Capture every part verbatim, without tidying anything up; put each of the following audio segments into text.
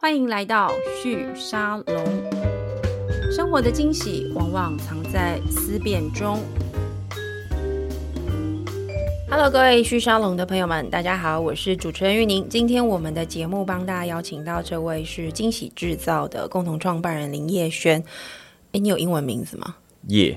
欢迎来到旭沙龙。生活的惊喜往往藏在思辨中。Hello， 各位旭沙龙的朋友们，大家好，我是主持人玉宁。今天我们的节目帮大家邀请到这位是惊喜制造的共同创办人林叶轩。哎，你有英文名字吗？ 叶、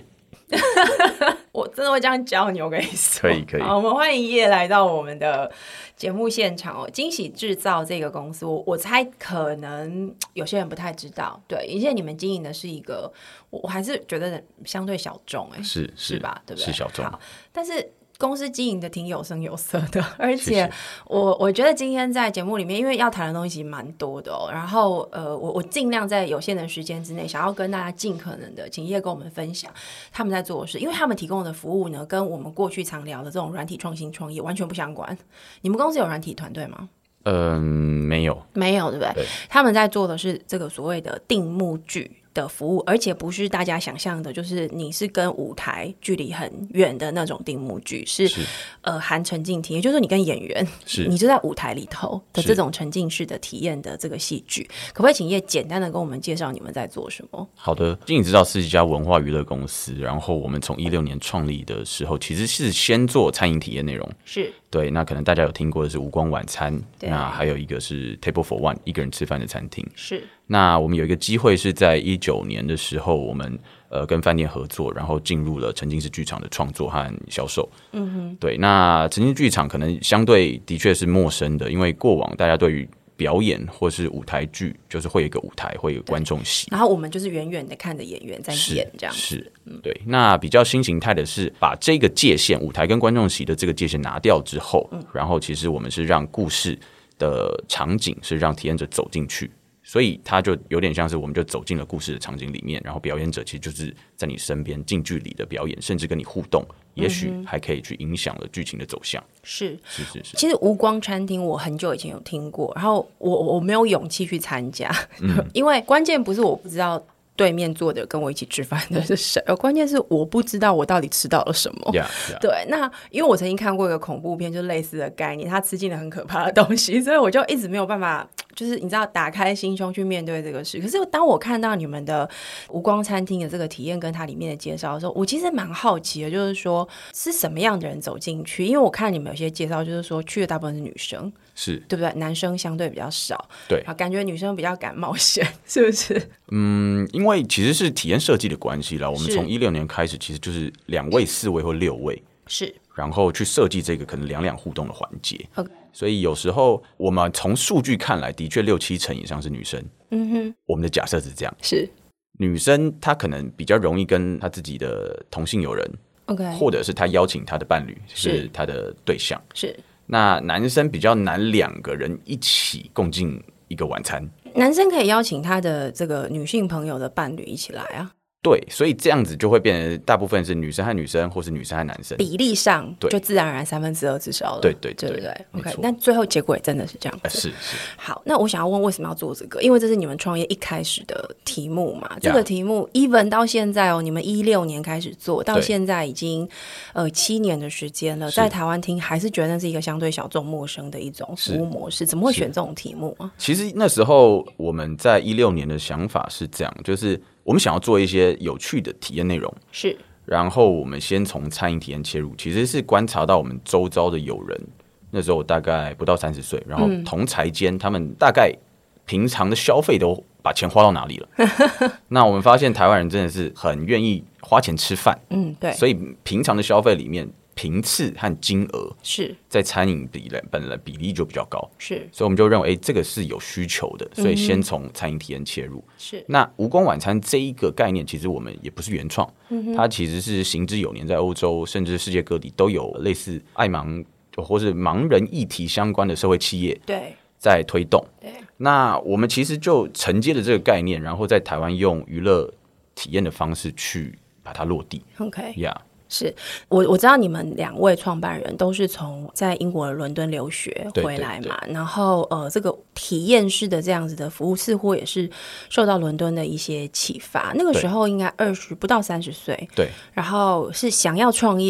yeah. 我真的会这样教你，我跟你说。 可以可以。 好，我们欢迎叶来到我们的节目现场哦。惊喜制造这个公司，我我猜可能有些人不太知道，对，而且你们经营的是一个，我我还是觉得相对小众，哎， 是是, 是吧？对不对？ 是小众。 好，但是公司经营的挺有声有色的，而且我我觉得今天在节目里面，因为要谈的东西蛮多的哦，然后呃，我我尽量在有限的时间之内，想要跟大家尽可能的，请叶跟我们分享他们在做的事，因为他们提供的服务呢，跟我们过去常聊的这种软体创新创业完全不相关。你们公司有软体团队吗？ 嗯，没有， 没有，对不对？ 对， 他们在做的是这个所谓的定目剧的服务，而且不是大家想象的，就是你是跟舞台距离很远的那种定目剧，是, 是呃含沉浸体验，也就是说你跟演员，是你就在舞台里头的这种沉浸式的体验的这个戏剧，可不可以请叶简单的跟我们介绍你们在做什么？ 好的，惊喜制造是一家文化娱乐公司，然后我们从一六年创立的时候，其实是先做餐饮体验内容， 是对，那可能大家有听过的是无光晚餐，那还有一个是 Table for One 一个人吃饭的餐厅， 是。 那我们有一个机会是在一九年的时候，我们呃跟饭店合作，然后进入了沉浸式剧场的创作和销售。嗯哼，对。那沉浸式剧场可能相对的确是陌生的，因为过往大家对于表演或是舞台剧，就是会有一个舞台，会有观众席， 然后我们就是远远的看着演员在演这样子。 是，嗯、对。那比较新形态的是把这个界限，舞台跟观众席的这个界限拿掉之后，嗯、然后其实我们是让故事的场景是让体验者走进去。所以它就有点像是我们就走进了故事的场景里面，然后表演者其实就是在你身边近距离的表演，甚至跟你互动，也许还可以去影响了剧情的走向。 是是是是。 其实无光餐厅我很久以前有听过，然后我我没有勇气去参加，嗯、因为关键不是我不知道对面坐的跟我一起吃饭的是谁，关键是我不知道我到底吃到了什么。 Yeah, yeah. 对，那因为我曾经看过一个恐怖片，就是类似的概念，他吃进了很可怕的东西，所以我就一直没有办法，就是你知道打开心胸去面对这个事。可是当我看到你们的无光餐厅的这个体验跟它里面的介绍的时候，我其实蛮好奇的，就是说是什么样的人走进去？因为我看你们有些介绍就是说去的大部分是女生， 是对不对？男生相对比较少， 对， 感觉女生比较敢冒险，是不是？ 嗯，因为其实是体验设计的关系啦。我们从一六年开始，其实就是两位、四位或六位， 是， 然后去设计这个可能两两互动的环节。 Okay. 所以有时候我们从数据看来，的确六七成以上是女生。嗯哼，我们的假设是这样， 是女生她可能比较容易跟她自己的同性友人 ，OK， 或者是她邀请她的伴侣是她的对象。 是， 那男生比较难两个人一起共进一个晚餐。 男生可以邀请他的这个女性朋友的伴侣一起来啊。 对，所以这样子就会变成大部分是女生和女生，或是女生和男生， 比例上就自然而然三分之二至少了。 对对对 对, 对, 对 ，OK。但最后结果也真的是这样子。 呃、是是。 好，那我想要问，为什么要做这个？因为这是你们创业一开始的题目嘛。这个题目 ，even 到现在哦，你们一六年开始做，到现在已经呃七年的时间了，在台湾听还是觉得那是一个相对小众陌生的一种服务模式，怎么会选这种题目啊？ 其实那时候我们在一六年的想法是这样，就是我们想要做一些有趣的体验内容， 是， 然后我们先从餐饮体验切入，其实是观察到我们周遭的友人，那时候大概不到三十岁，然后同侪间他们大概平常的消费都把钱花到哪里了？那我们发现台湾人真的是很愿意花钱吃饭，嗯，对，所以平常的消费里面，频次和金额是在餐饮比本来比例就比较高， 是， 所以我们就认为，哎，这个是有需求的，所以先从餐饮体验切入。是，那无光晚餐这一个概念，其实我们也不是原创，嗯、它其实是行之有年，在欧洲甚至世界各地都有类似爱盲或是盲人议题相关的社会企业对在推动。对，那我们其实就承接了这个概念，然后在台湾用娱乐体验的方式去把它落地。OK， 呀、yeah.。 是我我知道你们两位创办人都是从在英国的伦敦留学回来嘛，对对对，然后呃，这个体验式的这样子的服务似乎也是受到伦敦的一些启发。那个时候应该二十不到三十岁，对，然后是想要创业。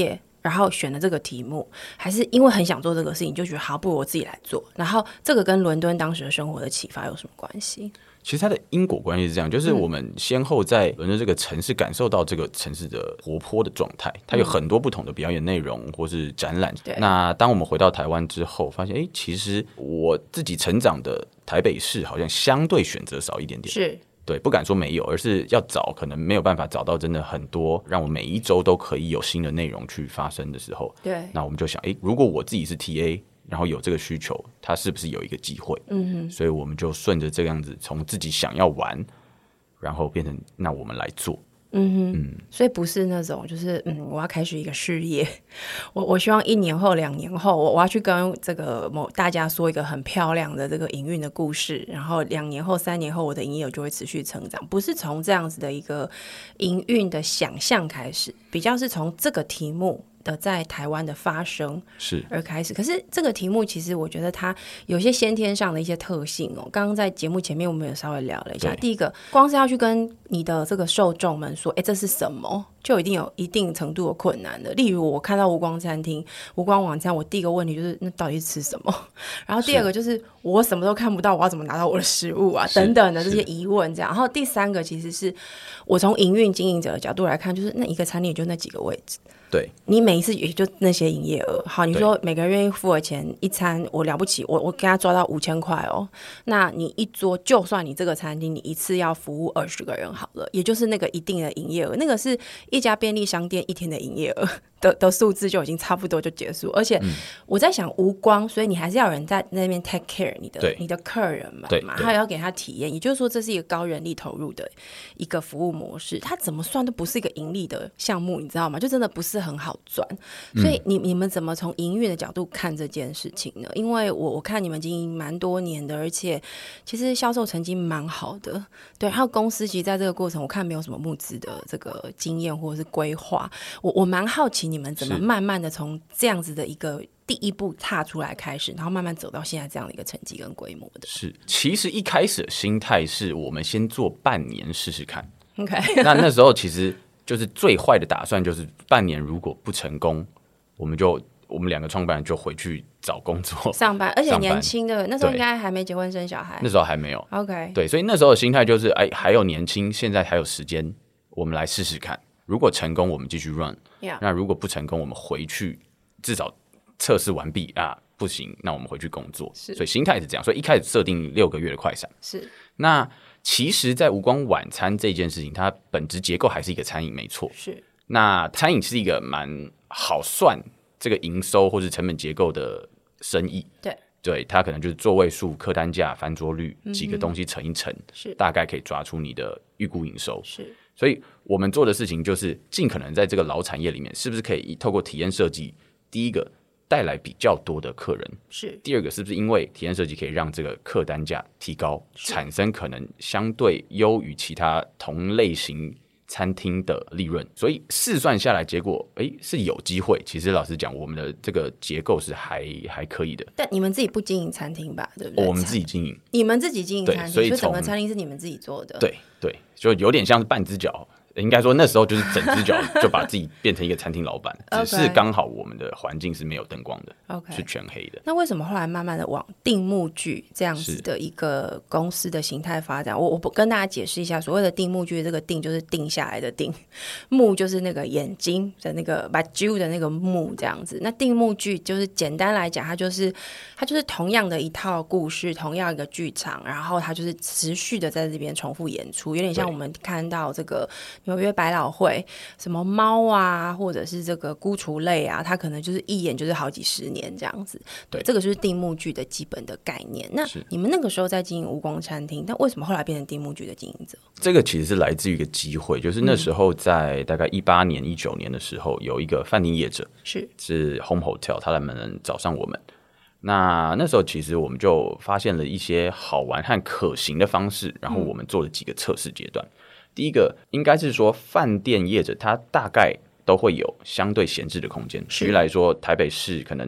然后选了这个题目，还是因为很想做这个事情就觉得好，不如我自己来做？然后这个跟伦敦当时的生活的启发有什么关系？ 其实它的因果关系是这样，就是我们先后在伦敦这个城市感受到这个城市的活泼的状态，它有很多不同的表演内容或是展览。 嗯、 那当我们回到台湾之后，发现哎，其实我自己成长的台北市好像相对选择少一点点。 是。 对，不敢说没有，而是要找可能没有办法找到真的很多让我每一周都可以有新的内容去发生的时候， 对， 那我们就想，哎，如果我自己是 T A， 然后有这个需求，它是不是有一个机会？嗯哼，所以我们就顺着这个样子，从自己想要玩，然后变成那我们来做。 嗯哼，嗯，所以不是那种就是嗯，我要开始一个事业，我我希望一年后、两年后，我我要去跟这个某大家说一个很漂亮的这个营运的故事，然后两年后、三年后，我的营业额就会持续成长，不是从这样子的一个营运的想象开始，比较是从这个题目的在台湾的发生是而开始。可是这个题目其实我觉得它有些先天上的一些特性哦。刚刚在节目前面我们有稍微聊了一下，第一个光是要去跟你的这个受众们说，哎，这是什么，就一定有一定程度的困难的。例如我看到无光餐厅、无光晚餐，我第一个问题就是那到底是吃什么？然后第二个就是我什么都看不到，我要怎么拿到我的食物啊？等等的这些疑问，这样。然后第三个其实是我从营运经营者的角度来看，就是那一个餐厅也就那几个位置。对，你每一次也就那些营业额。好，你说每个人愿意付的钱一餐，我了不起，我我给他抓到五千块哦。那你一桌，就算你这个餐厅你一次要服务二十个人好了，也就是那个一定的营业额，那个是一家便利商店一天的营业额的的数字就已经差不多就结束。而且我在想无光，所以你还是要有人在那边 take care 你的你的客人嘛，嘛，他也要给他体验。也就是说，这是一个高人力投入的一个服务模式，它怎么算都不是一个盈利的项目，你知道吗？就真的不是很好赚。所以你你们怎么从营运的角度看这件事情呢？因为我我看你们经营蛮多年的，而且其实销售成绩蛮好的，对。还有公司其实在这个过程，我看没有什么募资的这个经验或者是规划。我我蛮好奇你们怎么慢慢的从这样子的一个第一步踏出来开始，然后慢慢走到现在这样的一个成绩跟规模的。 是，其实一开始的心态是我们先做半年试试看。 OK， 那那时候其实就是最坏的打算就是半年如果不成功，我们就我们两个创办人就回去找工作上班，而且年轻的那时候应该还没结婚生小孩， 那时候还没有。 OK， 对，所以那时候的心态就是，哎，还有年轻，现在还有时间，我们来试试看。如果成功，我们继续 run；、yeah. 那如果不成功，我们回去至少测试完毕啊，不行，那我们回去工作。所以心态是这样，所以一开始设定六个月的快闪。 是， 那其实，在无光晚餐这件事情，它本质结构还是一个餐饮，没错。 是， 那餐饮是一个蛮好算这个营收或是成本结构的生意。 对。 对，它可能就是座位数、客单价、翻桌率几个东西乘一乘， 是、嗯、 大概可以抓出你的预估营收。 是， 所以我们做的事情就是尽可能在这个老产业里面，是不是可以透过体验设计，第一个带来比较多的客人， 是； 第二个是不是因为体验设计可以让这个客单价提高，产生可能相对优于其他同类型餐厅的利润，所以试算下来，结果哎是有机会。其实老实讲，我们的这个结构是还还可以的。 但你们自己不经营餐厅吧？对不对？ 哦、我们自己经营， 你们自己经营餐厅， 所以整个餐厅是你们自己做的。 对对，就有点像是半只脚。应该说那时候就是整只脚就把自己变成一个餐厅老板，只是刚好我们的环境是没有灯光的， okay. 是全黑的。 那为什么后来慢慢的往定目剧这样子的一个公司的形态发展？我我跟大家解释一下，所谓的定目剧，这个定就是定下来的定，目就是那个眼睛的那个把揪的那个目这样子。那定目剧就是简单来讲，它就是它就是同样的一套故事，同样一个剧场，然后它就是持续的在这边重复演出，有点像我们看到这个纽约百老汇什么猫啊，或者是这个孤雏类啊，它可能就是一演就是好几十年这样子。对，这个就是定目剧的基本的概念。那你们那个时候在经营无光餐厅，但为什么后来变成定目剧的经营者？ 这个其实是来自于一个机会，就是那时候在大概一八年、一九年的时候，有一个饭店业者是是 Home Hotel， 他们找上我们。那那时候其实我们就发现了一些好玩和可行的方式，然后我们做了几个测试阶段。嗯，第一个应该是说，饭店业者他大概都会有相对闲置的空间。举例来说，台北市可能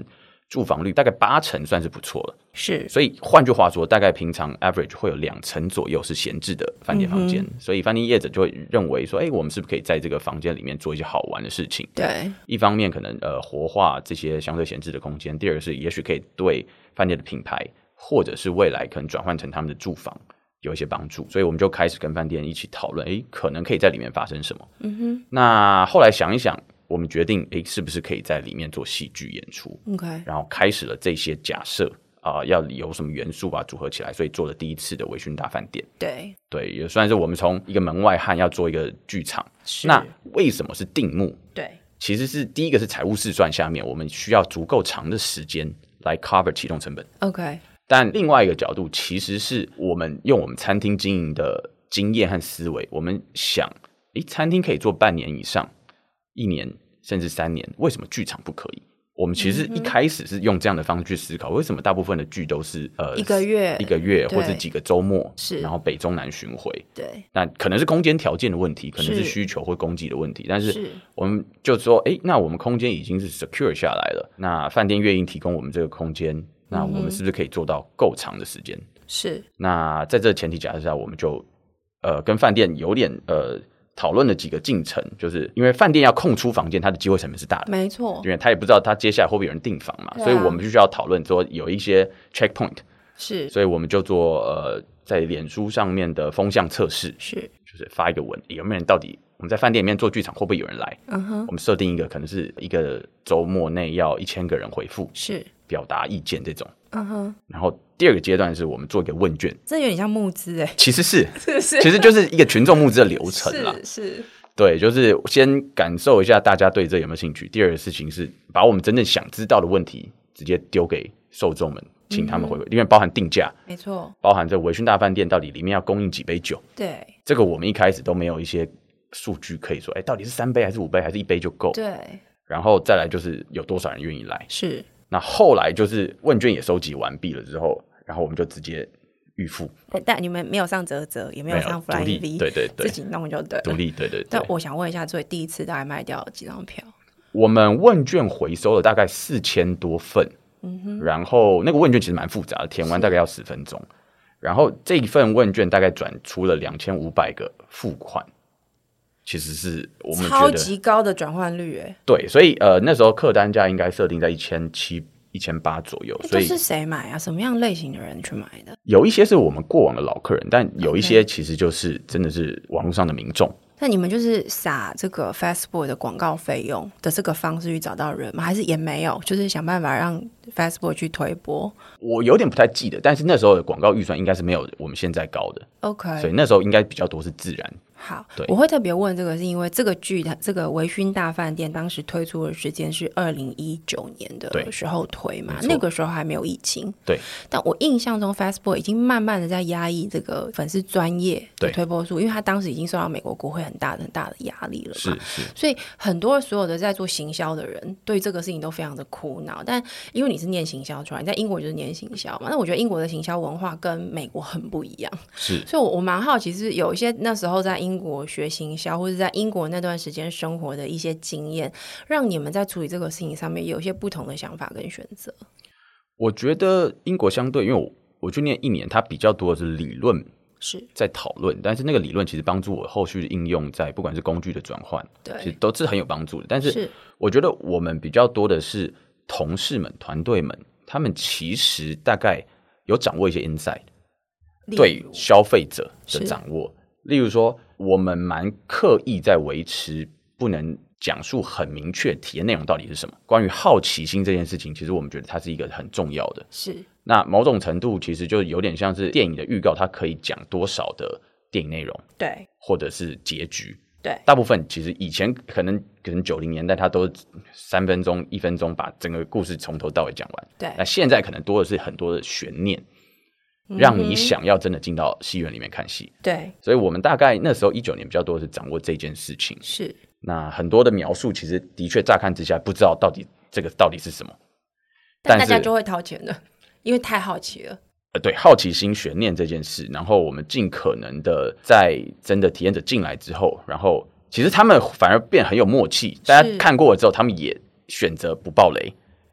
住房率大概八成算是不错了。 是， 所以换句话说，大概平常 average 会有两成左右是闲置的饭店房间、嗯、所以饭店业者就会认为说，哎、欸，我们是不是可以在这个房间里面做一些好玩的事情？ 对， 一方面可能呃活化这些相对闲置的空间，第二个是也许可以对饭店的品牌或者是未来可能转换成他们的住房有一些帮助，所以我们就开始跟饭店一起讨论，哎，可能可以在里面发生什么。嗯哼。那后来想一想，我们决定，哎，是不是可以在里面做戏剧演出 ？OK。 然后开始了这些假设啊、呃，要有什么元素把它组合起来，所以做了第一次的微醺大饭店。 对对，也算是我们从一个门外汉要做一个剧场。那为什么是定目？ 对， 其实是第一个是财务试算下面，我们需要足够长的时间来 cover 启动成本。 OK。 但另外一个角度，其实是我们用我们餐厅经营的经验和思维，我们想，诶，餐厅可以做半年以上、一年甚至三年，为什么剧场不可以？我们其实一开始是用这样的方式去思考，为什么大部分的剧都是呃一个月、 一个月或者几个周末， 是然后北中南巡回。 对， 那可能是空间条件的问题，可能是需求或供给的问题，但是我们就说，诶，那我们空间已经是 secure 下来了，那饭店愿意提供我们这个空间。那我们是不是可以做到够长的时间？ 是。 那在这个前提假设下，我们就呃跟饭店有点呃讨论了几个进程，就是因为饭店要空出房间，它的机会成本是大的， 没错， 因为他也不知道他接下来会不会有人订房嘛，啊、所以我们必须要讨论说有一些 checkpoint， 是， 所以我们就做呃在脸书上面的风向测试， 是， 就是发一个文，有没有人到底我们在饭店里面做剧场会不会有人来？ 嗯哼， 我们设定一个可能是一个周末内要一千个人回复， 是。 表达意见这种， 嗯哼。 然后第二个阶段是我们做一个问卷， 这有点像募资哎， 其实是， 是是， 其实就是一个群众募资的流程啦。 是是， 对，就是先感受一下大家对这有没有兴趣。第二个事情是把我们真正想知道的问题直接丢给受众们，请他们回馈，嗯、因为包含定价， 没错， 包含这微醺大饭店到底里面要供应几杯酒， 对， 这个我们一开始都没有一些数据可以说，哎，到底是三杯还是五杯还是一杯就够？ 对， 然后再来就是有多少人愿意来， 是。 那后来就是问卷也收集完毕了之后，然后我们就直接预付。 但你们没有上嘖嘖，也没有上 Flying V， 对对对， 自己弄就对了。 独立，对对对。 但我想问一下，所以第一次大概卖掉了几张票？ 我们问卷回收了大概四千多份，嗯哼，然后那个问卷其实蛮复杂的，填完大概要十分钟，然后这一份问卷大概转出了两千五百个付款。其实是我们觉得超级高的转换率，哎， 对，所以呃那时候客单价应该设定在一千七、一千八左右。所以这是谁买啊？什么样类型的人去买的？ 有一些是我们过往的老客人，但有一些其实就是真的是网络上的民众。 那你们就是撒这个 Facebook 的广告费用的这个方式去找到人吗？还是也没有？就是想办法让 Facebook 去推播？我有点不太记得，但是那时候的广告预算应该是没有我们现在高的。 OK， 所以那时候应该比较多是自然。 好，我会特别问这个，是因为这个剧的这个微醺大饭店当时推出的时间是二零一九年的时候推嘛，那个时候还没有疫情。对，但我印象中 Facebook 已经慢慢的在压抑这个粉丝专业的推播数，因为他当时已经受到美国国会很大的很大的压力了嘛，是是，所以很多所有的在做行销的人对这个事情都非常的苦恼。但因为你是念行销出来，你在英国就是念行销嘛，那我觉得英国的行销文化跟美国很不一样，是，所以我我蛮好奇，是有一些那时候在英国学行销或者在英国那段时间生活的一些经验，让你们在处理这个事情上面有一些不同的想法跟选择。 我觉得英国相对，因为我我去念一年，它比较多的是理论是在讨论，但是那个理论其实帮助我后续应用在不管是工具的转换，对，其实都是很有帮助的。但是我觉得我们比较多的是同事们、团队们，他们其实大概有掌握一些 insight， 对消费者的掌握。例如说，我们蛮刻意在维持不能讲述很明确体验内容到底是什么。关于好奇心这件事情，其实我们觉得它是一个很重要的。是，那某种程度其实就有点像是电影的预告，它可以讲多少的电影内容，对，或者是结局。对，大部分其实以前可能可能九零年代，它都三分钟、一分钟把整个故事从头到尾讲完。对，那现在可能多的是很多的悬念。让你想要真的进到戏院里面看戏，对，所以我们大概那时候一九年比较多的是掌握这件事情，是那很多的描述其实的确乍看之下不知道到底这个到底是什么， 但大家就会掏钱的，因为太好奇了。 呃，对，好奇心、悬念这件事，然后我们尽可能的在真的体验者进来之后，然后其实他们反而变很有默契，大家看过了之后，他们也选择不爆雷。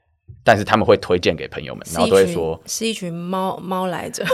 但是他们会推荐给朋友们，然后都会说是一群猫猫来着。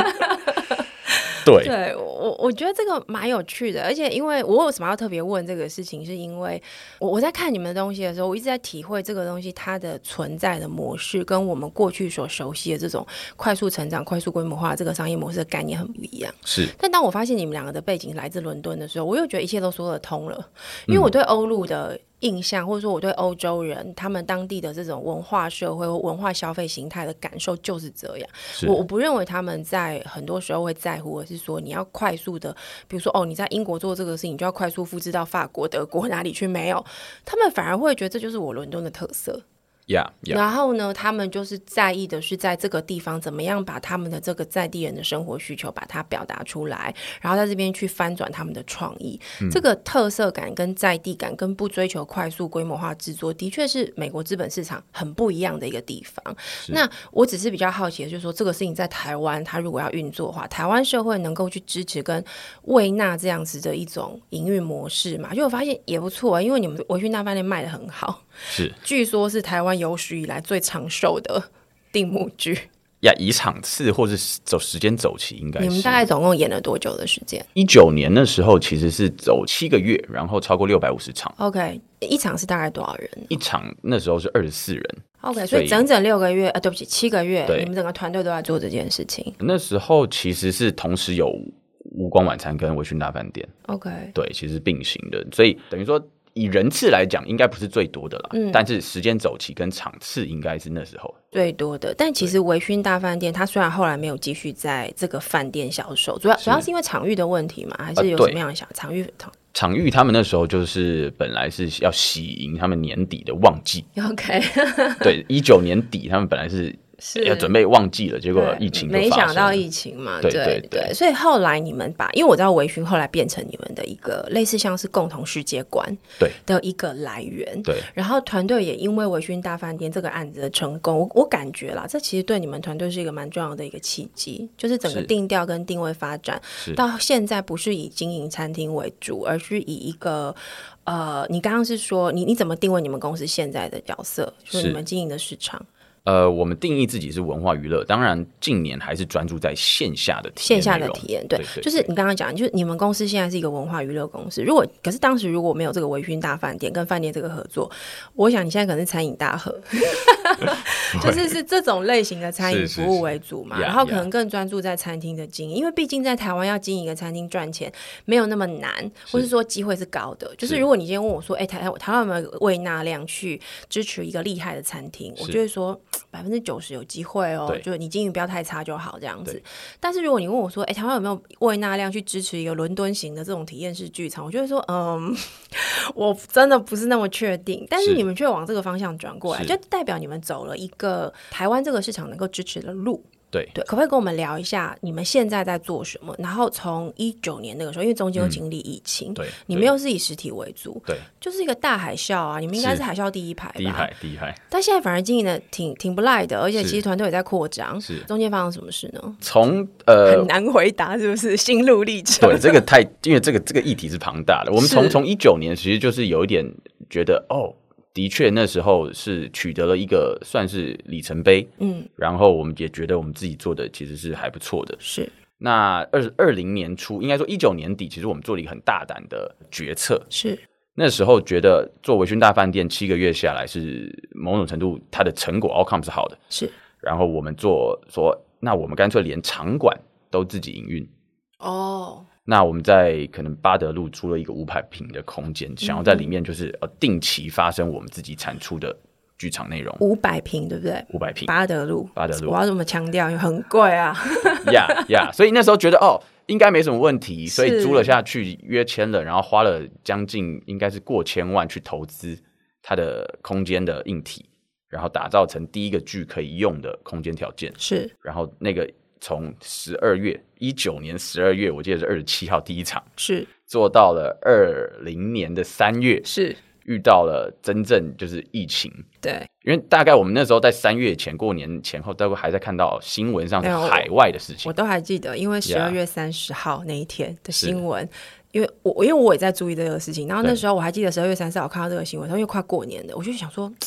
对， 对我我觉得这个蛮有趣的，而且因为我为什么要特别问这个事情，是因为我我在看你们的东西的时候，我一直在体会这个东西它的存在的模式跟我们过去所熟悉的这种快速成长、快速规模化这个商业模式的概念很不一样。 是， 但当我发现你们两个的背景来自伦敦的时候，我又觉得一切都说得通了，因为我对欧陆的印象，或者说我对欧洲人他们当地的这种文化社会或文化消费形态的感受就是这样。我我不认为他们在很多时候会在乎的是说你要快速的，比如说哦你在英国做这个事情，你就要快速复制到法国、德国哪里去，没有，他们反而会觉得这就是我伦敦的特色。 Yeah, yeah. 然后呢他们就是在意的是在这个地方怎么样把他们的这个在地人的生活需求把它表达出来，然后在这边去翻转他们的创意、嗯、这个特色感跟在地感跟不追求快速规模化制作的确是美国资本市场很不一样的一个地方。那我只是比较好奇的就是说这个事情在台湾它如果要运作的话，台湾社会能够去支持跟喂纳这样子的一种营运模式嘛，就我发现也不错、啊、因为你们微醺大饭店卖得很好， 是据说是台湾有史以来最长寿的定目剧呀，以场次或是走时间走期，应该是你们大概总共演了多久的时间？ 一九年的时候其实是走七个月，然后超过六百五十场。 OK， 一场是大概多少人？ 一场那时候是二十四人。 OK， 所以整整六个月，呃，对不起，七个月，你们整个团队都在做这件事情。 那时候其实是同时有无光晚餐跟微醺大饭店。 OK， 对，其实并行的，所以等于说以人次来讲应该不是最多的啦、嗯、但是时间走期跟场次应该是那时候最多的。但其实微醺大饭店它虽然后来没有继续在这个饭店销售，主要主要是因为场域的问题嘛，还是有什么样的想、呃、场域场域他们那时候就是本来是要喜迎他们年底的旺季。 OK 对，一九年底他们本来是是要准备忘记了，结果疫情就发生了， 没想到疫情嘛，对对, 对, 对, 对，所以后来你们把，因为我知道微醺后来变成你们的一个类似像是共同世界观的一个来源， 对， 然后团队也因为微醺大饭店这个案子的成功，我我感觉啦，这其实对你们团队是一个蛮重要的一个契机，就是整个定调跟定位发展到现在不是以经营餐厅为主，而是以一个呃，你刚刚是说你你怎么定位你们公司现在的角色，就是你们经营的市场？ 呃，我们定义自己是文化娱乐，当然近年还是专注在线下的体验，线下的体验，对， 对对对， 就是你刚刚讲，就是你们公司现在是一个文化娱乐公司。如果可是当时如果没有这个微醺大饭店跟饭店这个合作，我想你现在可能是餐饮大亨，就是是这种类型的餐饮服务为主嘛，是是是，然后可能更专注在餐厅的经营，因为毕竟在台湾要经营一个餐厅赚钱没有那么难，或是说机会是高的。就是如果你今天问我说，哎、欸，台台湾有没有喂纳量去支持一个厉害的餐厅，我就会说百分之九十有机会哦，就是你经营不要太差就好这样子。但是如果你问我说，哎、欸，台湾有没有喂纳量去支持一个伦敦型的这种体验式剧场，我就会说，嗯，我真的不是那么确定。但是你们却往这个方向转过来，就代表你们走了一个台湾这个市场能够支持的路。 对对，可不可以跟我们聊一下你们现在在做什么？然后从一九年那个时候，因为中间又经历疫情，嗯、对，你们又是以实体为主， 对， 就是一个大海啸啊！你们应该是海啸第一排吧？ 第一排，第一排。 但现在反而经营的挺挺不赖的，而且其实团队也在扩张。是，中间发生什么事呢？ 从呃很难回答，是不是？心路历程。 对，这个太因为这个这个议题是庞大的。我们从从一九年其实就是有一点觉得哦。的确那时候是取得了一个算是里程碑，嗯，然后我们也觉得我们自己做的其实是还不错的。 是， 那二二零年初，应该说一九年底，其实我们做了一个很大胆的决策。 是， 那时候觉得做微醺大饭店七个月下来，是某种程度它的成果 outcome 是好的。 是， 然后我们做说，那我们干脆连场馆都自己营运。 哦。 那我们在可能巴德路租了一个五百平的空间，想要在里面就是呃定期发生我们自己产出的剧场内容。 五百平对不对？ 五百平， 巴德路， 巴德路， 我要这么强调，因为很贵啊。 呀呀，所以那时候觉得哦，应该没什么问题，所以租了下去，约签了，然后花了将近应该是过千万去投资它的空间的硬体，然后打造成第一个剧可以用的空间条件。 是， 然后那个。从十二月一九年十二月，我记得是二十七号第一场， 是做到了二零年的三月， 是遇到了真正就是疫情。 对， 因为大概我们那时候在三月前过年前后，大概还在看到新闻上是海外的事情， 我, 我都还记得，因为十二月三十号那一天的新闻。Yeah.因为我因为我也在注意这个事情，然后那时候我还记得十二月三十号我看到这个新闻，因为快过年了，我就想说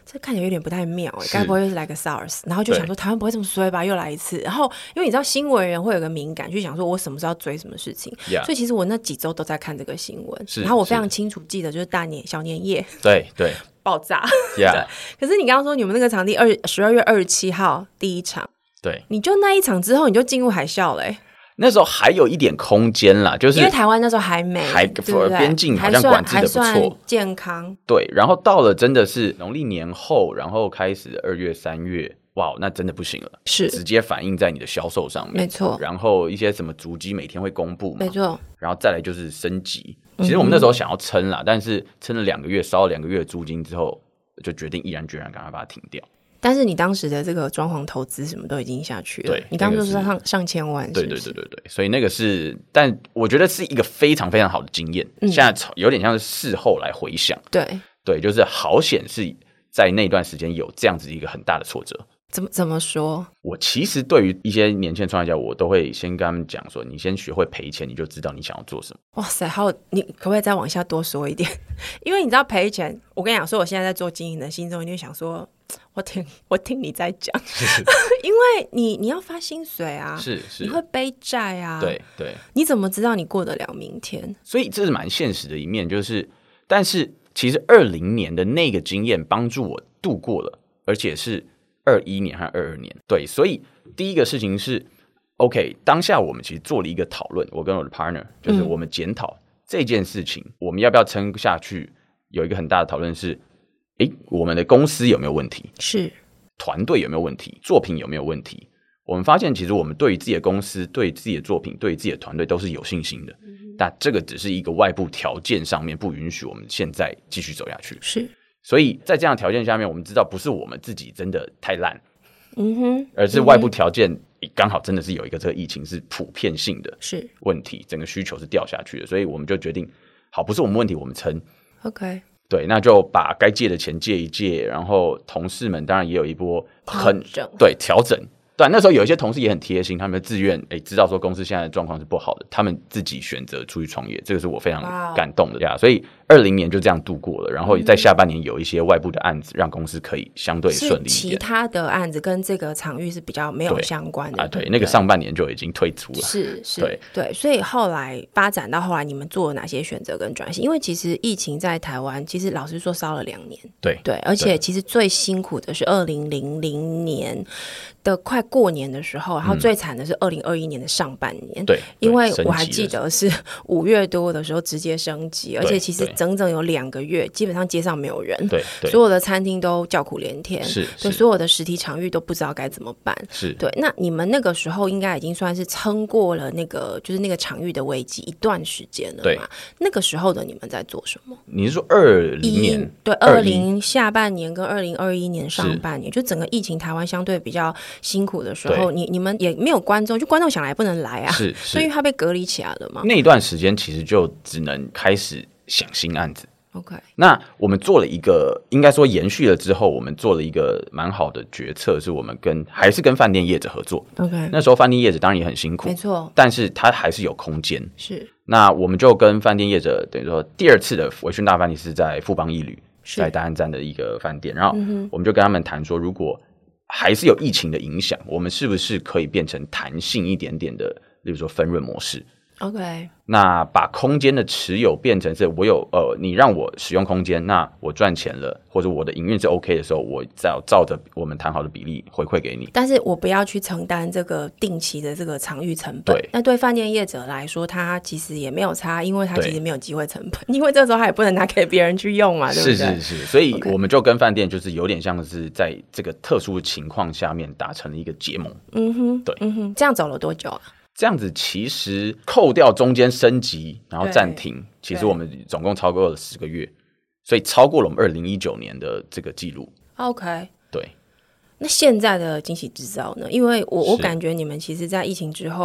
这看起来有点不太妙哎，该不会又是来个 SARS？ 然后就想说台湾不会这么衰吧，又来一次。然后因为你知道新闻人会有个敏感，去想说我什么时候要追什么事情， yeah. 所以其实我那几周都在看这个新闻，然后我非常清楚记得就是大年小年夜， 对对， 爆炸。 Yeah. 对，可是你刚刚说你们那个场地二十二月二十七号第一场， 对， 你就那一场之后你就进入海啸了欸。 那时候还有一点空间啦，就是因为台湾那时候还没， 还边境好像管制的不错， 健康。 对，然后到了真的是农历年后，然后开始二月三月，哇，那真的不行了， 是直接反映在你的销售上面， 没错。 然后一些什么足迹每天会公布嘛， 没错。 然后再来就是升级，其实我们那时候想要撑啦，嗯、但是撑了两个月，烧了两个月的租金之后，就决定毅然决然赶快把它停掉。 但是你当时的这个装潢投资什么都已经下去了， 对， 你刚刚说上上千万是不是， 对对对对对，所以那个是，但我觉得是一个非常非常好的经验。嗯、现在有点像是事后来回想， 对对，就是好险是在那段时间有这样子一个很大的挫折。 怎么怎么说？ 我其实对于一些年轻的创业家，我都会先跟他们讲说，你先学会赔钱，你就知道你想要做什么。 哇塞，好，你可不可以再往下多说一点？因为你知道赔钱，我跟你讲说，我现在在做经营的心中一定想说，我听我听你在讲，因为你你要发薪水啊， 是是， 你会背债啊， 对对， 你怎么知道你过得了明天？ 所以这是蛮现实的一面，就是但是其实二零年的那个经验帮助我度过了，而且是二一年和二二年，对，所以第一个事情是 OK， 当下我们其实做了一个讨论，我跟我的 partner 就是我们检讨这件事情、嗯、我们要不要撑下去，有一个很大的讨论是诶，我们的公司有没有问题， 是团队有没有问题，作品有没有问题。我们发现其实我们对于自己的公司，对于自己的作品，对于自己的团队都是有信心的、嗯、但这个只是一个外部条件上面不允许我们现在继续走下去， 是，所以在这样的条件下面，我们知道不是我们自己真的太烂， 嗯哼， 而是外部条件刚好真的是有一个这个疫情是普遍性的问题， 是整个需求是掉下去的，所以我们就决定，好，不是我们问题，我们撑 ，OK， 对，那就把该借的钱借一借，然后同事们当然也有一波很调整， 对调整。对，那时候有一些同事也很贴心，他们自愿诶知道说公司现在的状况是不好的，他们自己选择出去创业，这个是我非常感动的呀。Wow. 所以二零年就这样度过了，然后在下半年有一些外部的案子，让公司可以相对顺利一点。 其他的案子跟这个场域是比较没有相关的啊，对，那个上半年就已经退出了。 是是， 对对，所以后来发展到后来，你们做了哪些选择跟转型？因为其实疫情在台湾，其实老实说烧了两年， 对对，而且其实最辛苦的是二零零零年的快过年的时候。然后最惨的是二零二一年的上半年， 对、嗯， 因为我还记得是五月多的时候直接升级，而且其实整整有两个月，基本上街上没有人， 对， 所有的餐厅都叫苦连天， 是， 对，所有的实体场域都不知道该怎么办， 是对。那你们那个时候应该已经算是撑过了那个就是那个场域的危机一段时间了嘛？那个时候的你们在做什么？ 你是说二零年？ 对，二零下半年跟二零二一年上半年，就整个疫情台湾相对比较辛苦的时候，你你们也没有观众，就观众想来不能来啊， 是，是所以他被隔离起来了嘛。 那一段时间其实就只能开始想新案子。 OK， 那我们做了一个，应该说延续了之后，我们做了一个蛮好的决策，是我们跟还是跟饭店业者合作。 OK， 那时候饭店业者当然也很辛苦， 没错， 但是他还是有空间。 是， 那我们就跟饭店业者，等于说第二次的微醺大饭店是在富邦一旅，在大安站的一个饭店，然后我们就跟他们谈说，如果还是有疫情的影响，我们是不是可以变成弹性一点点的，例如说分润模式。 OK， 那把空间的持有变成是我有呃，你让我使用空间，那我赚钱了，或者我的营运是 OK 的时候，我照照着我们谈好的比例回馈给你， 但是我不要去承担这个定期的这个场域成本。 对， 那对饭店业者来说，他其实也没有差，因为他其实没有机会成本，因为这时候他也不能拿给别人去用嘛，对不对？ 是是是，所以我们就跟饭店就是有点像是在这个特殊的情况下面达成了一个结盟。 嗯哼， 对， 嗯哼，这样走了多久啊？ 这样子其实扣掉中间升级然后暂停，其实我们总共超过了十个月，所以超过了我们二零一九年的这个记录。 OK， 对。 那现在的惊喜制造呢？因为我我感觉你们其实在疫情之后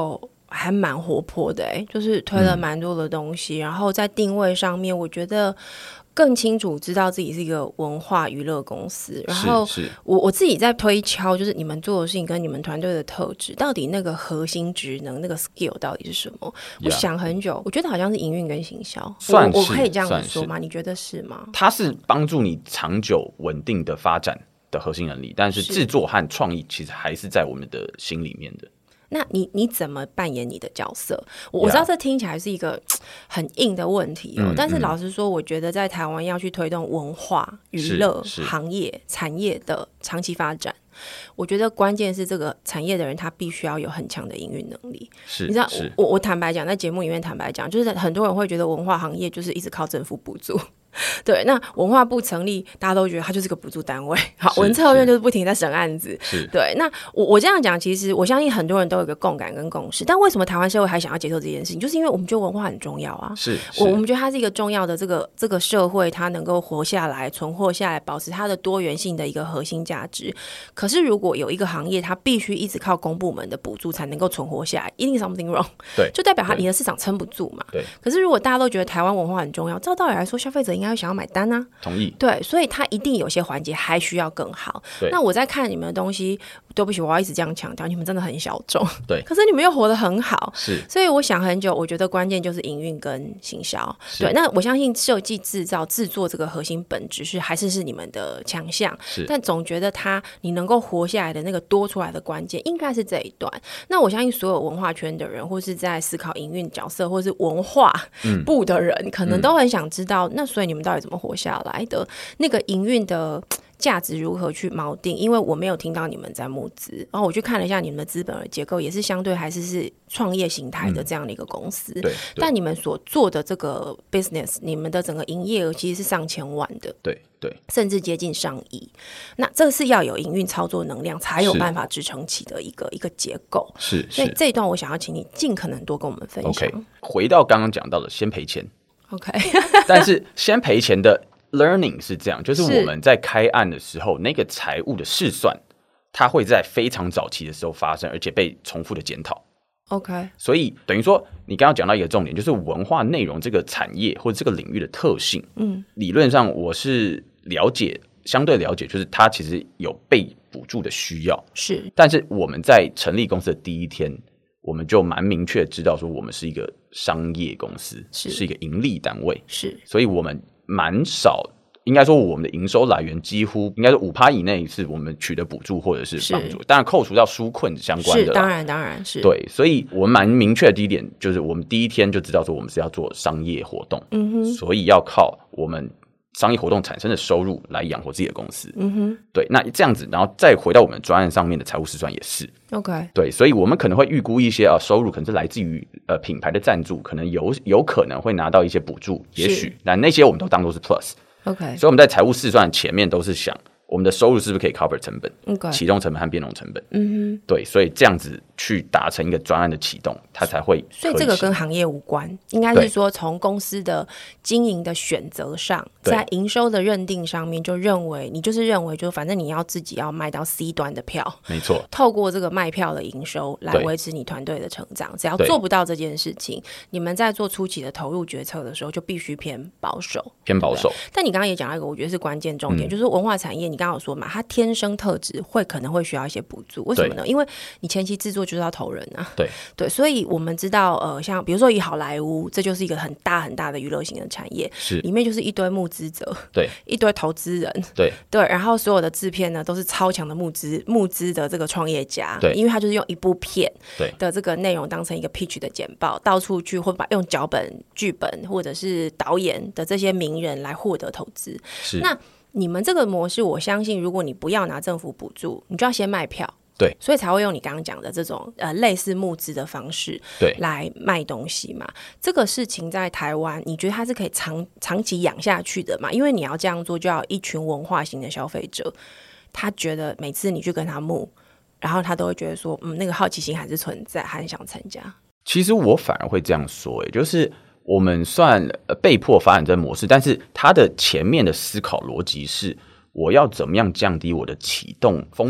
还蛮活泼的、欸、就是推了蛮多的东西、嗯、然后在定位上面我觉得更清楚知道自己是一个文化娱乐公司，然后我我自己在推敲，就是你们做的事情跟你们团队的特质，到底那个核心职能那个 skill 到底是什么？ Yeah. 我想很久，我觉得好像是营运跟行销， 算是我, 我可以这样子说吗？你觉得是吗？ 它是帮助你长久稳定的发展的核心能力，但是制作和创意其实还是在我们的心里面的。 那你你怎么扮演你的角色？我知道这听起来是一个很硬的问题哦， 嗯, 但是老实说，我觉得在台湾要去推动文化娱乐行业产业的长期发展，我觉得关键是这个产业的人他必须要有很强的营运能力。 是， 你知道，我我坦白讲，在节目里面坦白讲，就是很多人会觉得文化行业就是一直靠政府补助。对，那文化部成立，大家都觉得它就是个补助单位。好，文策院就是不停在审案子。对，那我我这样讲，其实我相信很多人都有一个共感跟共识。但为什么台湾社会还想要接受这件事情？就是因为我们觉得文化很重要啊。 是， 我我们觉得它是一个重要的这个这个社会，它能够活下来、存活下来，保持它的多元性的一个核心价值。可是如果有一个行业，它必须一直靠公部门的补助才能够存活下来，一定 something wrong。 对， 就代表它你的市场撑不住嘛。 对。 可是如果大家都觉得台湾文化很重要，照道理来说，消费者应该会想要买单啊。 同意。 对，所以它一定有些环节还需要更好。那我在看你们的东西，对不起，我要一直这样强调，你们真的很小众。 对， 可是你们又活得很好。 是， 所以我想很久，我觉得关键就是营运跟行销。对，那我相信设计、制造、制作这个核心本质是还是是你们的强项。 是， 但总觉得它你能够活下来的那个多出来的关键，应该是这一段。那我相信所有文化圈的人，或是在思考营运角色，或是文化部的人，嗯、可能都很想知道，嗯、那所以你们到底怎么活下来的？那个营运的价值如何去锚定？因为我没有听到你们在募资，然后我去看了一下你们的资本额结构，也是相对还是是创业形态的这样的一个公司。 嗯、对, 对。 但你们所做的这个 business， 你们的整个营业额其实是上千万的。 对对。 甚至接近上亿。那这是要有营运操作能量才有办法支撑起的一个一个结构。 是。 所以这一段我想要请你尽可能多跟我们分享。 OK。回到刚刚讲到的，先赔钱。 OK。 但是先赔钱的。Learning 是这样，就是我们在开案的时候，那个财务的试算，它会在非常早期的时候发生，而且被重复的检讨。 OK， 所以等于说，你刚刚讲到一个重点，就是文化内容这个产业或者这个领域的特性。嗯，理论上我是了解，相对了解，就是它其实有被补助的需要。 是， 但是我们在成立公司的第一天，我们就蛮明确知道说，我们是一个商业公司，是, 是一个盈利单位。 是， 所以我们蛮少，应该说我们的营收来源几乎应该是 百分之五 以内是我们取得补助或者是帮助，当然扣除到纾困相关的， 是当然当然是对，所以我们蛮明确的第一点就是我们第一天就知道说我们是要做商业活动，嗯哼，所以要靠我们商业活动产生的收入来养活自己的公司，嗯哼，对，那这样子，然后再回到我们专案上面的财务试算也是 ，OK， 对，所以我们可能会预估一些啊收入可能是来自于呃品牌的赞助，可能有有可能会拿到一些补助，也许，那那些我们都当作是 plus，OK， 所以我们在财务试算前面都是想我们的收入是不是可以 cover 成本， okay. 启动成本和变动成本，嗯哼，对，所以这样子去达成一个专案的启动，它才会， 所以这个跟行业无关，应该是说从公司的经营的选择上，在营收的认定上面就认为你就是认为就反正你要自己要卖到 C 端的票， 没错， 透过这个卖票的营收来维持你团队的成长，只要做不到这件事情，你们在做初期的投入决策的时候就必须偏保守， 偏保守。 但你刚刚也讲到一个我觉得是关键重点，嗯、就是文化产业你刚刚有说嘛，它天生特质会可能会需要一些补助，为什么呢？因为你前期制作就是要投人啊， 对对，所以我们知道，呃，像比如说以好莱坞，这就是一个很大很大的娱乐型的产业， 是里面就是一堆募资者， 对， 一堆投资人， 对对，然后所有的制片呢都是超强的募资募资的这个创业家， 对， 因为他就是用一部片的这个内容当成一个 pitch 的简报，到处去或把用脚本、剧本或者是导演的这些名人来获得投资， 是那。你们这个模式，我相信，如果你不要拿政府补助，你就要先卖票， 对， 所以才会用你刚刚讲的这种呃类似募资的方式， 对， 来卖东西嘛。这个事情在台湾，你觉得它是可以长长期养下去的嘛？因为你要这样做，就要一群文化型的消费者，他觉得每次你去跟他募，然后他都会觉得说，嗯，那个好奇心还是存在，还很想参加。 其实我反而会这样说，也就是。我们算被迫发展这模式，但是它的前面的思考逻辑是，我要怎么样降低我的启动风险，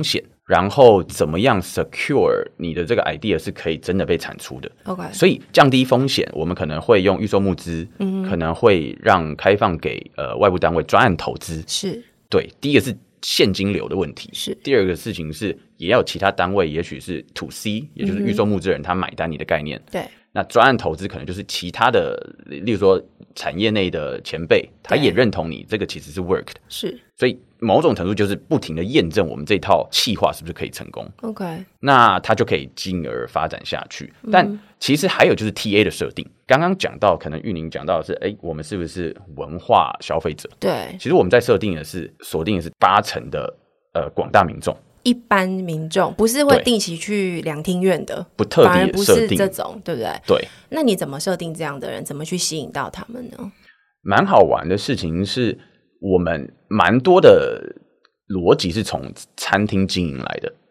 然后怎么样 secure 你的这个 idea 是可以真的被产出的。 OK， 所以降低风险，我们可能会用预售募资、嗯、可能会让开放给呃外部单位专案投资。 是， 对，第一个是现金流的问题， 是第二个事情是也要有其他单位，也许是 to C， 也就是预售募资人他买单你的概念、嗯、 对， 那专案投资可能就是其他的，例如说产业内的前辈他也认同你这个其实是 work 的， 是， 所以某种程度就是不停的验证我们这套企划是不是可以成功。 OK， 那它就可以进而发展下去、嗯、但其实还有就是 T A 的设定，刚刚讲到可能玉宁讲到的是哎，我们是不是文化消费者， 对， 其实我们在设定的是锁定的是八成的呃广大民众， 一般民众，不是会定期去两厅院的， 不特地的设定， 反而不是这种，对不对？ 对。 那你怎么设定这样的人，怎么去吸引到他们呢？ 蛮好玩的事情是，我们蛮多的逻辑是从餐厅经营来的。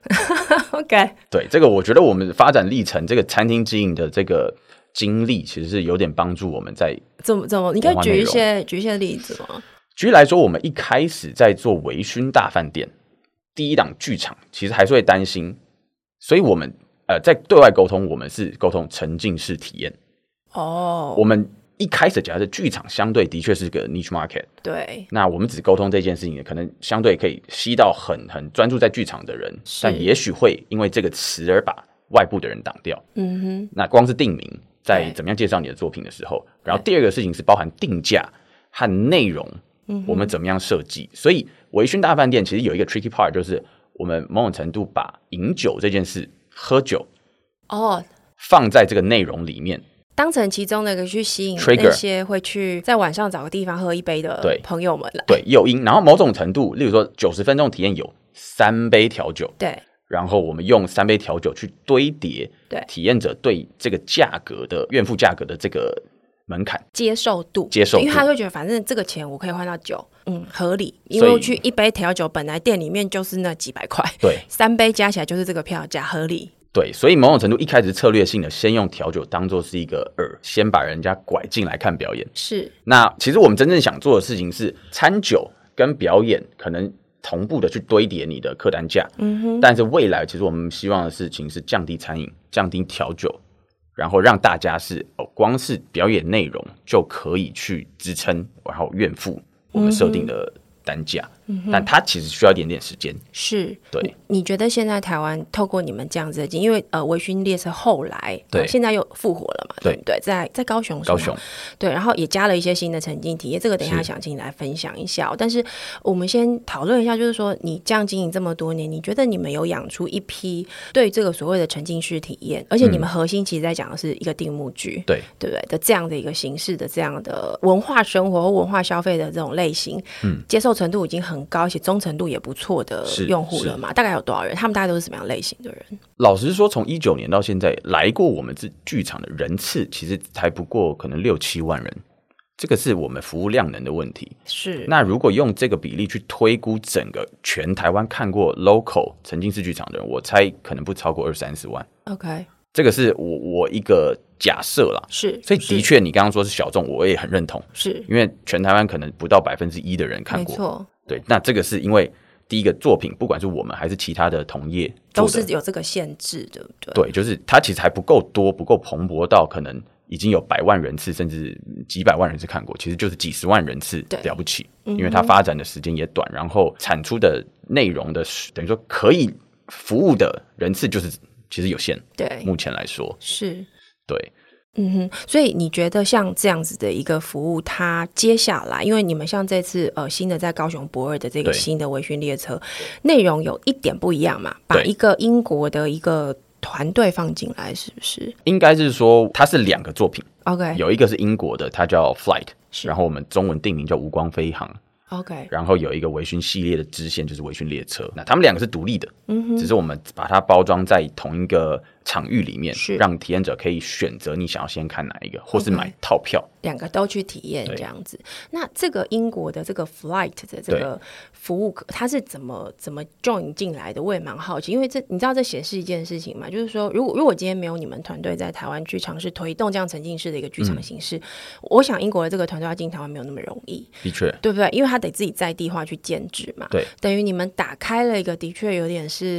OK， 对，这个我觉得我们发展历程，这个餐厅经营的这个经历，其实是有点帮助我们在怎么怎么，你可以举一些举一些例子吗？ 举例来说，我们一开始在做微醺大饭店第一档剧场，其实还是会担心，所以我们呃在对外沟通，我们是沟通沉浸式体验。哦，我们一开始讲的剧场相对的确是个 niche market， 对， 那我们只沟通这件事情，可能相对可以吸到很很专注在剧场的人，但也许会因为这个词而把外部的人挡掉。嗯哼，那光是定名，在怎么样介绍你的作品的时候，然后第二个事情是包含定价和内容，我们怎么样设计。所以微醺大饭店其实有一个 tricky part， 就是我们某种程度把饮酒这件事，喝酒哦，放在这个内容里面， 当成其中的一个去吸引那些会去在晚上找个地方喝一杯的朋友们来， 对，诱因。然后某种程度，例如说九十分钟体验有三杯调酒， 对， 然后我们用三杯调酒去堆叠，对，体验者对这个价格的怨妇价格的这个门槛接受度， 接受度， 因为他会觉得反正这个钱我可以换到酒，嗯，合理。因为去一杯调酒本来店里面就是那几百块， 对， 三杯加起来就是这个票价，合理。 对，所以某种程度一开始策略性的先用调酒当作是一个饵，先把人家拐进来看表演。 是， 那其实我们真正想做的事情是餐酒跟表演可能同步的去堆叠你的客单价，嗯哼，但是未来其实我们希望的事情是降低餐饮，降低调酒，然后让大家是哦，光是表演内容就可以去支撑，然后愿付我们设定的单价。嗯、但它其实需要一点点时间。 是， 对。 你, 你觉得现在台湾透过你们这样子的经，因为呃微醺列车后来对、呃、现在又复活了嘛，对不对？在在高雄， 高雄对，然后也加了一些新的沉浸体验，这个等一下想请你来分享一下、哦。但是我们先讨论一下，就是说你这样经营这么多年，你觉得你们有养出一批对这个所谓的沉浸式体验，而且你们核心其实在讲的是一个定目剧， 对、嗯、 对不对的这样的一个形式的这样的文化生活或文化消费的这种类型，嗯，接受程度已经很高，而且忠诚度也不错的用户了嘛？大概有多少人？他们大概都是什么样类型的人？ 老实说，从一九年到现在，来过我们这剧场的人次，其实才不过可能六七万人。这个是我们服务量能的问题。 是。那如果用这个比例去推估整个全台湾看过 local 沉浸式剧场的人，我猜可能不超过二三十万。 OK， 这个是我我一个假设啦。 是。 所以的确，你刚刚说是小众，我也很认同。 是。 因为全台湾可能不到百分之一的人看过。 没错。 对，那这个是因为第一个作品，不管是我们还是其他的同业， 都是有这个限制，对不对？ 对，就是它其实还不够多，不够蓬勃到可能已经有百万人次，甚至几百万人次看过，其实就是几十万人次了不起，因为它发展的时间也短，然后产出的内容的等于说可以服务的人次就是其实有限。 对， 目前来说是， 对。 嗯哼，所以你觉得像这样子的一个服务，它接下来，因为你们像这次呃新的在高雄博尔的这个新的微醺列车，内容有一点不一样嘛，把一个英国的一个团队放进来，是不是？ 应该是说它是两个作品 ，OK， 有一个是英国的，它叫 Flight， 然后我们中文定名叫无光飞航。 OK， 然后有一个微醺系列的支线就是微醺列车，那他们两个是独立的，嗯、只是我们把它包装在同一个场域里面，让体验者可以选择你想要先看哪一个，或是买套票， 两个都去体验这样子。那这个英国的这个 Flight 的这个服务，它是怎么怎么 join 进来的？我也蛮好奇，因为这你知道这显示一件事情嘛，就是说，如果如果今天没有你们团队在台湾去尝试推动这样沉浸式的一个剧场形式，嗯、我想英国的这个团队要进台湾没有那么容易， 的确， 对不对？因为他得自己在地化去建制嘛， 对， 等于你们打开了一个的确有点是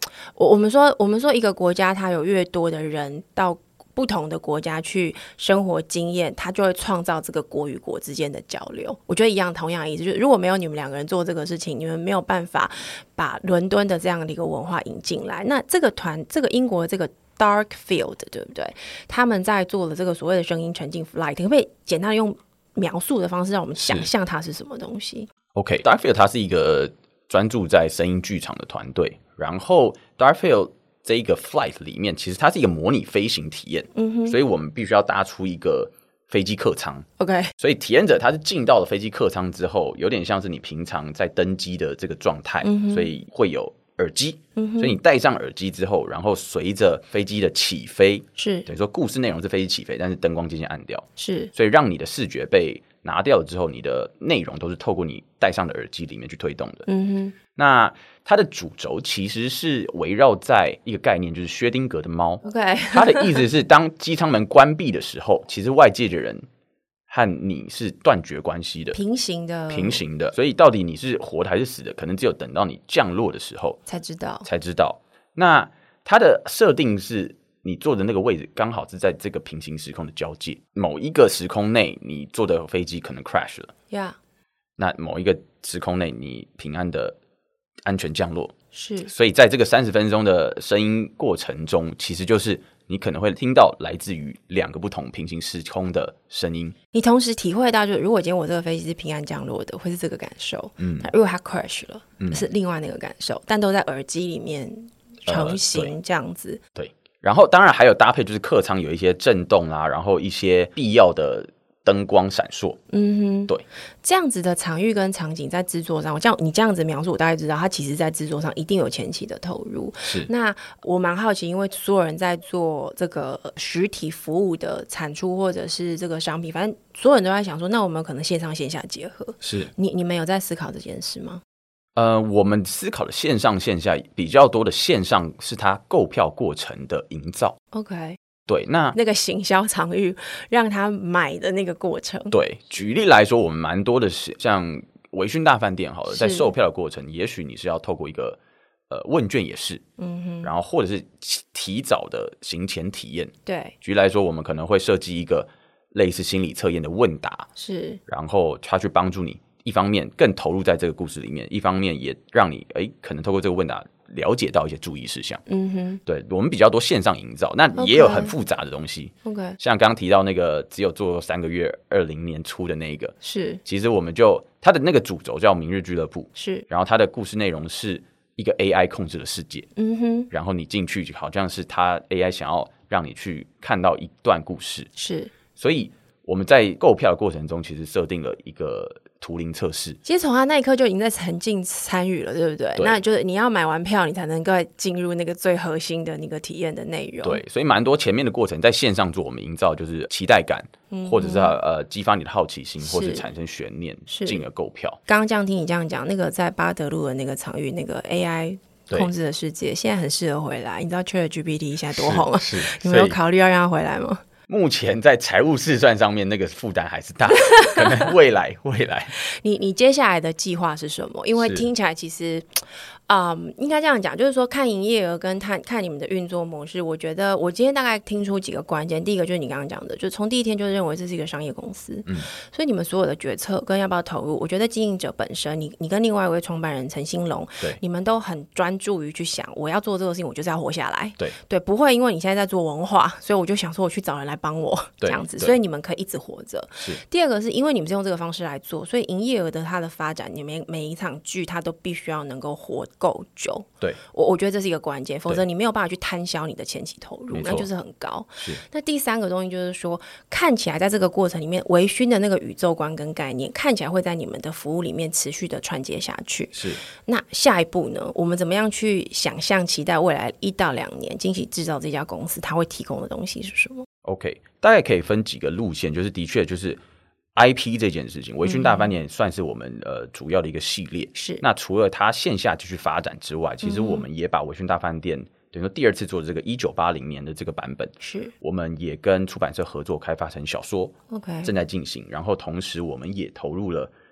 我我们说我们说一个国家它有越多的人到不同的国家去生活经验，它就会创造这个国与国之间的交流。我觉得一样同样的意思，就是如果没有你们两个人做这个事情，你们没有办法把伦敦的这样的一个文化引进来。那这个团这个英国的这个 Darkfield 对不对，他们在做了这个所谓的声音沉浸 Flight， 可不可以简单的用描述的方式让我们想象它是什么东西？ OK， Darkfield 它是一个专注在声音剧场的团队，然后 Darkfield这一个 flight 里面，其实它是一个模拟飞行体验，嗯哼，所以我们必须要搭出一个飞机客舱 ，OK， 所以体验者他是进到了飞机客舱之后，有点像是你平常在登机的这个状态，嗯，所以会有耳机，嗯，所以你戴上耳机之后，然后随着飞机的起飞，是等于说故事内容是飞机起飞，但是灯光渐渐暗掉，是，所以让你的视觉被拿掉了之后，你的内容都是透过你戴上的耳机里面去推动的，嗯哼。那它的主轴其实是围绕在一个概念，就是薛丁格的猫。 OK， 它的意思是，当机舱门关闭的时候，其实外界的人和你是断绝关系的， 平行的， 平行的。所以到底你是活的还是死的，可能只有等到你降落的时候才知道， 才知道。那它的设定是，你坐的那个位置刚好是在这个平行时空的交界，某一个时空内，你坐的飞机可能 crash 了， yeah， 那某一个时空内，你平安的安全降落， 是， 所以在这个三十分钟的声音过程中，其实就是你可能会听到来自于两个不同平行时空的声音。 你同时体会到，就是如果今天我这个飞机是平安降落的，会是这个感受。嗯，如果它 crash 了，嗯，是另外那个感受，但都在耳机里面成型这样子。 呃、对, 对，然后当然还有搭配，就是客舱有一些震动啊，然后一些必要的灯光闪烁，嗯哼，对， 这样子的场域跟场景在制作上，我这样你这样子描述，我大概知道它其实在制作上一定有前期的投入。 是， 那我蛮好奇，因为所有人在做这个实体服务的产出或者是这个商品，反正所有人都在想说，那我们可能线上线下结合。 是， 你你们有在思考这件事吗？ 呃，我们思考的线上线下比较多的线上是它购票过程的营造。 OK。 对，那那个行销场域让他买的那个过程， 对，举例来说，我们蛮多的是像微醺大饭店好了，在售票的过程，也许你是要透过一个呃问卷也是，嗯哼，然后或者是提早的行前体验， 对， 举例来说，我们可能会设计一个类似心理测验的问答， 是， 然后他去帮助你，一方面更投入在这个故事里面，一方面也让你哎可能透过这个问答了解到一些注意事项。嗯哼，对，我们比较多线上营造，那也有很复杂的东西。 OK， 像刚刚提到那个只有做三个月，二零年初的那一个， 是， 其实我们就它的那个主轴叫明日俱乐部， 是， 然后它的故事内容是一个 A I 控制的世界。嗯哼，然后你进去好像是它 A I 想要让你去看到一段故事， 是， 所以我们在购票的过程中，其实设定了一个图灵测试。 其实从他那一刻就已经在沉浸参与了，对不对？ 对， 那就是你要买完票，你才能够进入那个最核心的那个体验的内容。 对，所以蛮多前面的过程在线上做，我们营造就是期待感，嗯、或者是呃激发你的好奇心，或者产生悬念，进而购票。 刚刚这样听你这样讲，那个在巴德路的那个场域，那个 A I 控制的世界，现在很适合回来。你知道 ChatGPT 现在多红啊？你们有考虑要让它回来吗？ 目前在财务试算上面，那个负担还是大，可能未来未来。 你你接下来的计划是什么？因为听起来其实，嗯，应该这样讲，就是说看营业额跟看看你们的运作模式，我觉得我今天大概听出几个关键。第一个就是你刚刚讲的，就从第一天就认为这是一个商业公司，嗯，所以你们所有的决策跟要不要投入，我觉得经营者本身，你你跟另外一位创办人陈兴龙， 对， 你们都很专注于去想，我要做这个事情，我就是要活下来， 对对，不会因为你现在在做文化，所以我就想说我去找人来帮我这样子，所以你们可以一直活着。第二个是因为你们是用这个方式来做，所以营业额的它的发展，你们每一场剧它都必须要能够活够久。 对， 我我觉得这是一个关键，否则你没有办法去摊销你的前期投入，那就是很高。 是。 那第三个东西就是说，看起来在这个过程里面，微醺的那个宇宙观跟概念，看起来会在你们的服务里面持续的传接下去。 是。 那下一步呢？我们怎么样去想象、期待未来一到两年，惊喜制造这家公司它会提供的东西是什么 ？OK， 大概可以分几个路线，就是的确就是。I P 这件事情，微醺大饭店算是我们、嗯、呃主要的一个系列。 是。 那除了它线下继续发展之外，其实我们也把微醺大饭店等于说第二次做的这个一九八零年的这个版本， 是。 我们也跟出版社合作开发成小说 ，OK， 正在进行。然后同时我们也投入了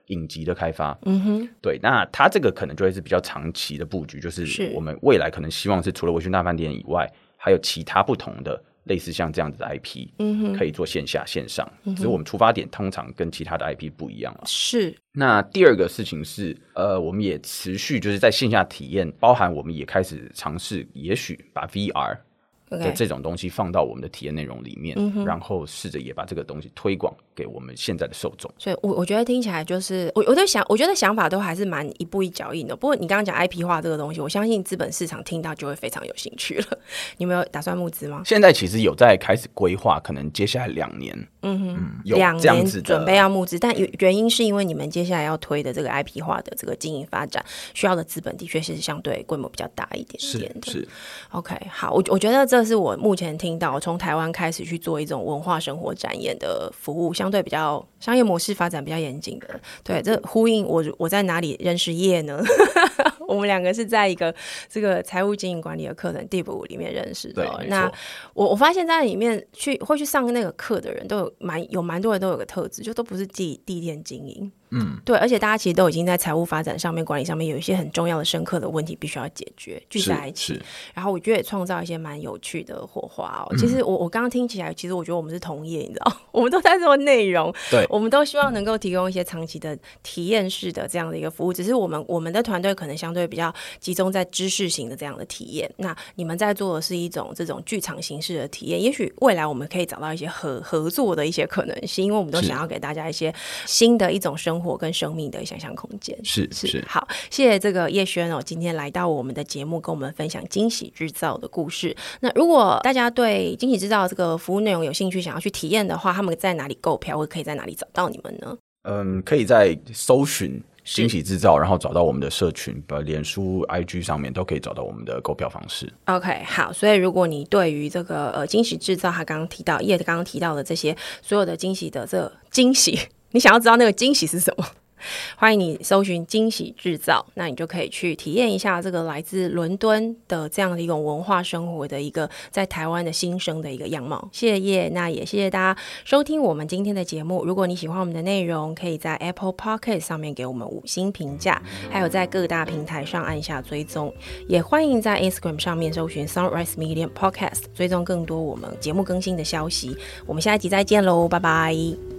影集的开发。嗯哼，对，那它这个可能就会是比较长期的布局，就是我们未来可能希望是除了微醺大饭店以外，还有其他不同的类似像这样子的 I P，嗯，可以做线下线上，嗯，只是我们出发点通常跟其他的 I P 不一样了。 是。 那第二个事情是，呃，我们也持续就是在线下体验，包含我们也开始尝试，也许把 V R。的这种东西放到我们的体验内容里面，嗯，然后试着也把这个东西推广给我们现在的受众。 所以我我觉得听起来就是我我的想我觉得想法都还是蛮一步一脚印的。不过你刚刚讲 I P 化这个东西，我相信资本市场听到就会非常有兴趣了。你们有打算募资吗？ 现在其实有在开始规划，可能接下来两年，嗯哼，嗯，有这样子的准备要募资，但原因是因为你们接下来要推的这个 I P 化的这个经营发展需要的资本的确是相对规模比较大一点点的。 是是 OK， 好，我我觉得这是我目前听到从台湾开始去做一种文化生活展演的服务，相对比较商业模式发展比较严谨的。对，这呼应我我在哪里认识叶呢？我们两个是在一个这个财务经营管理的课程 Deep 五里面认识的。那我我发现在里面去会去上那个课的人都有蛮有蛮多人都有个特质，就都不是地地店经营。嗯，对，而且大家其实都已经在财务发展上面、管理上面有一些很重要的、深刻的问题必须要解决，聚在一起。然后我觉得也创造一些蛮有趣的火花哦。嗯、其实我我刚刚听起来，其实我觉得我们是同业，你知道，我们都在做内容， 对， 我们都希望能够提供一些长期的体验式的这样的一个服务。只是我们我们的团队可能相对比较集中在知识型的这样的体验，那你们在做的是一种这种剧场形式的体验。也许未来我们可以找到一些合合作的一些可能性，因为我们都想要给大家一些新的一种生活跟生命的想象空间。 是 是, 是好，谢谢这个叶轩哦，今天来到我们的节目，跟我们分享惊喜制造的故事。那如果大家对惊喜制造这个服务内容有兴趣，想要去体验的话，他们在哪里购票，或可以在哪里找到你们呢？ 嗯，可以在搜寻惊喜制造，然后找到我们的社群，把脸书 I G 上面都可以找到我们的购票方式。 OK， 好，所以如果你对于这个呃惊喜制造他刚刚提到叶刚刚提到的这些所有的惊喜的这个惊喜，你想要知道那个惊喜是什么，欢迎你搜寻惊喜制造，那你就可以去体验一下这个来自伦敦的这样的一种文化生活的一个在台湾的新生的一个样貌。谢谢叶，那也谢谢大家收听我们今天的节目。如果你喜欢我们的内容，可以在 Apple Podcast 上面给我们五星评价，还有在各大平台上按下追踪，也欢迎在 Instagram 上面搜寻 Sunrise Media Podcast 追踪更多我们节目更新的消息。我们下一集再见喽，拜拜。